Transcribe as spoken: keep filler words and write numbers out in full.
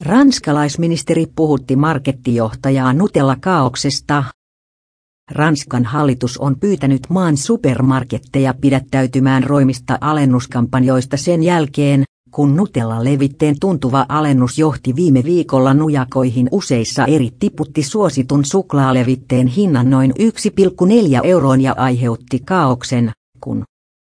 Ranskalaisministeri puhutti markettijohtajaa Nutella-kaaoksesta. Ranskan hallitus on pyytänyt maan supermarketteja pidättäytymään roimista alennuskampanjoista sen jälkeen, kun Nutella-levitteen tuntuva alennus johti viime viikolla nujakoihin useissa eri tiputti suositun suklaalevitteen hinnan noin yksi pilkku neljä euroon ja aiheutti kaaoksen, kun